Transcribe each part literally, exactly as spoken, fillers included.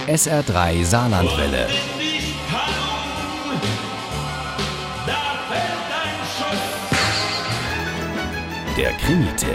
S R drei Saarlandwelle. Der Krimi-Tipp.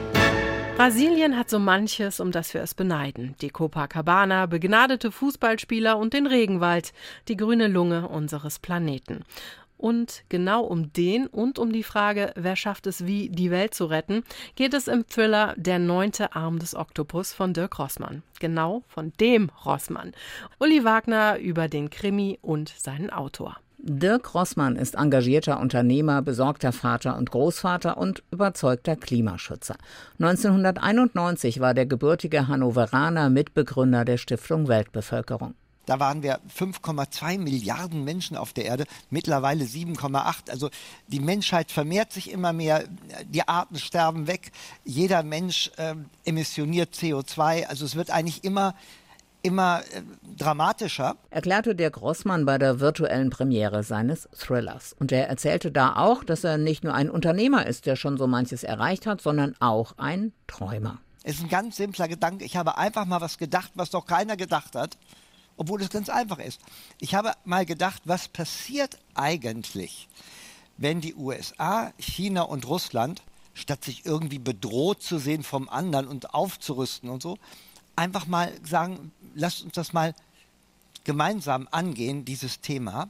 Brasilien hat so manches, um das wir es beneiden. Die Copacabana, begnadete Fußballspieler und den Regenwald, die grüne Lunge unseres Planeten. Und genau um den und um die Frage, wer schafft es wie, die Welt zu retten, geht es im Thriller Der neunte Arm des Oktopus von Dirk Rossmann. Genau von dem Rossmann. Uli Wagner über den Krimi und seinen Autor. Dirk Rossmann ist engagierter Unternehmer, besorgter Vater und Großvater und überzeugter Klimaschützer. neunzehnhunderteinundneunzig war der gebürtige Hannoveraner Mitbegründer der Stiftung Weltbevölkerung. Da waren wir fünf Komma zwei Milliarden Menschen auf der Erde, mittlerweile sieben Komma acht. Also die Menschheit vermehrt sich immer mehr, die Arten sterben weg, jeder Mensch äh, emissioniert C O zwei. Also es wird eigentlich immer, immer äh, dramatischer. Erklärte Dirk Rossmann bei der virtuellen Premiere seines Thrillers. Und er erzählte da auch, dass er nicht nur ein Unternehmer ist, der schon so manches erreicht hat, sondern auch ein Träumer. Es ist ein ganz simpler Gedanke. Ich habe einfach mal was gedacht, was doch keiner gedacht hat. Obwohl es ganz einfach ist. Ich habe mal gedacht, was passiert eigentlich, wenn die U S A, China und Russland, statt sich irgendwie bedroht zu sehen vom anderen und aufzurüsten und so, einfach mal sagen, lasst uns das mal gemeinsam angehen, dieses Thema,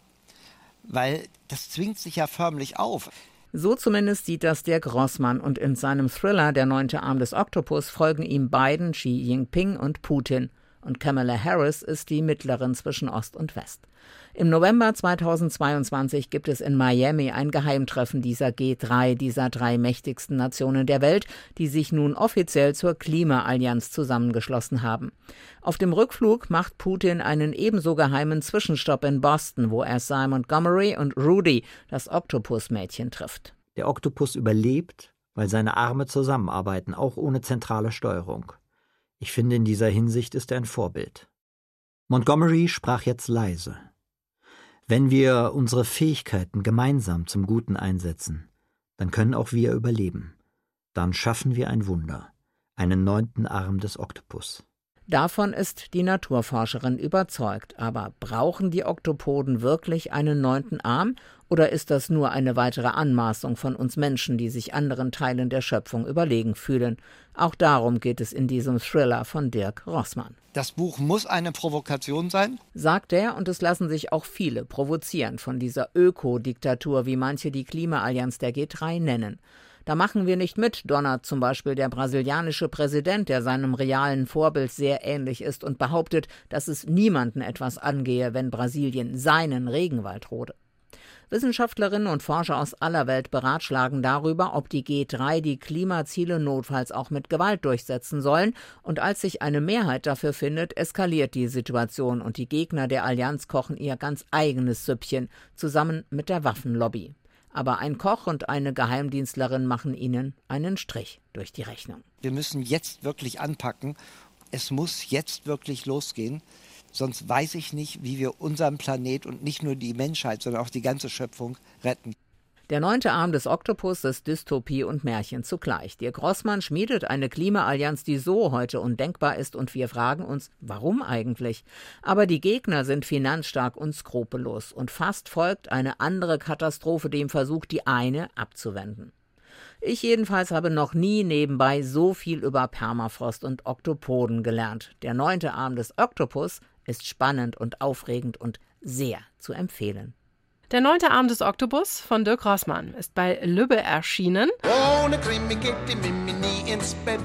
weil das zwingt sich ja förmlich auf. So zumindest sieht das Dirk Rossmann, und in seinem Thriller Der neunte Arm des Oktopus folgen ihm Biden, Xi Jinping und Putin. Und Kamala Harris ist die Mittlerin zwischen Ost und West. Im November zweitausendzweiundzwanzig gibt es in Miami ein Geheimtreffen dieser G drei, dieser drei mächtigsten Nationen der Welt, die sich nun offiziell zur Klimaallianz zusammengeschlossen haben. Auf dem Rückflug macht Putin einen ebenso geheimen Zwischenstopp in Boston, wo er Cy Montgomery und Rudy, das Oktopusmädchen, trifft. Der Oktopus überlebt, weil seine Arme zusammenarbeiten, auch ohne zentrale Steuerung. Ich finde, in dieser Hinsicht ist er ein Vorbild. Montgomery sprach jetzt leise. Wenn wir unsere Fähigkeiten gemeinsam zum Guten einsetzen, dann können auch wir überleben. Dann schaffen wir ein Wunder, einen neunten Arm des Oktopus. Davon ist die Naturforscherin überzeugt. Aber brauchen die Oktopoden wirklich einen neunten Arm? Oder ist das nur eine weitere Anmaßung von uns Menschen, die sich anderen Teilen der Schöpfung überlegen fühlen? Auch darum geht es in diesem Thriller von Dirk Rossmann. Das Buch muss eine Provokation sein, sagt er, und es lassen sich auch viele provozieren von dieser Ökodiktatur, wie manche die Klimaallianz der G drei nennen. Da machen wir nicht mit, donnert zum Beispiel der brasilianische Präsident, der seinem realen Vorbild sehr ähnlich ist und behauptet, dass es niemanden etwas angehe, wenn Brasilien seinen Regenwald rode. Wissenschaftlerinnen und Forscher aus aller Welt beratschlagen darüber, ob die G drei die Klimaziele notfalls auch mit Gewalt durchsetzen sollen. Und als sich eine Mehrheit dafür findet, eskaliert die Situation und die Gegner der Allianz kochen ihr ganz eigenes Süppchen, zusammen mit der Waffenlobby. Aber ein Koch und eine Geheimdienstlerin machen ihnen einen Strich durch die Rechnung. Wir müssen jetzt wirklich anpacken. Es muss jetzt wirklich losgehen. Sonst weiß ich nicht, wie wir unseren Planet und nicht nur die Menschheit, sondern auch die ganze Schöpfung retten. Der neunte Arm des Oktopus ist Dystopie und Märchen zugleich. Dirk Rossmann schmiedet eine Klimaallianz, die so heute undenkbar ist, und wir fragen uns, warum eigentlich? Aber die Gegner sind finanzstark und skrupellos, und fast folgt eine andere Katastrophe dem Versuch, die eine abzuwenden. Ich jedenfalls habe noch nie nebenbei so viel über Permafrost und Oktopoden gelernt. Der neunte Arm des Oktopus ist spannend und aufregend und sehr zu empfehlen. Der neunte Arm des Oktopus von Dirk Rossmann ist bei Lübbe erschienen. Ohne Krimi geht die Mimi nie ins Bett.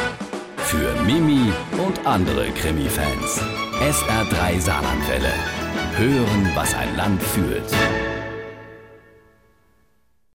Für Mimi und andere Krimi-Fans. S R drei Saarlandwelle. Hören, was ein Land fühlt.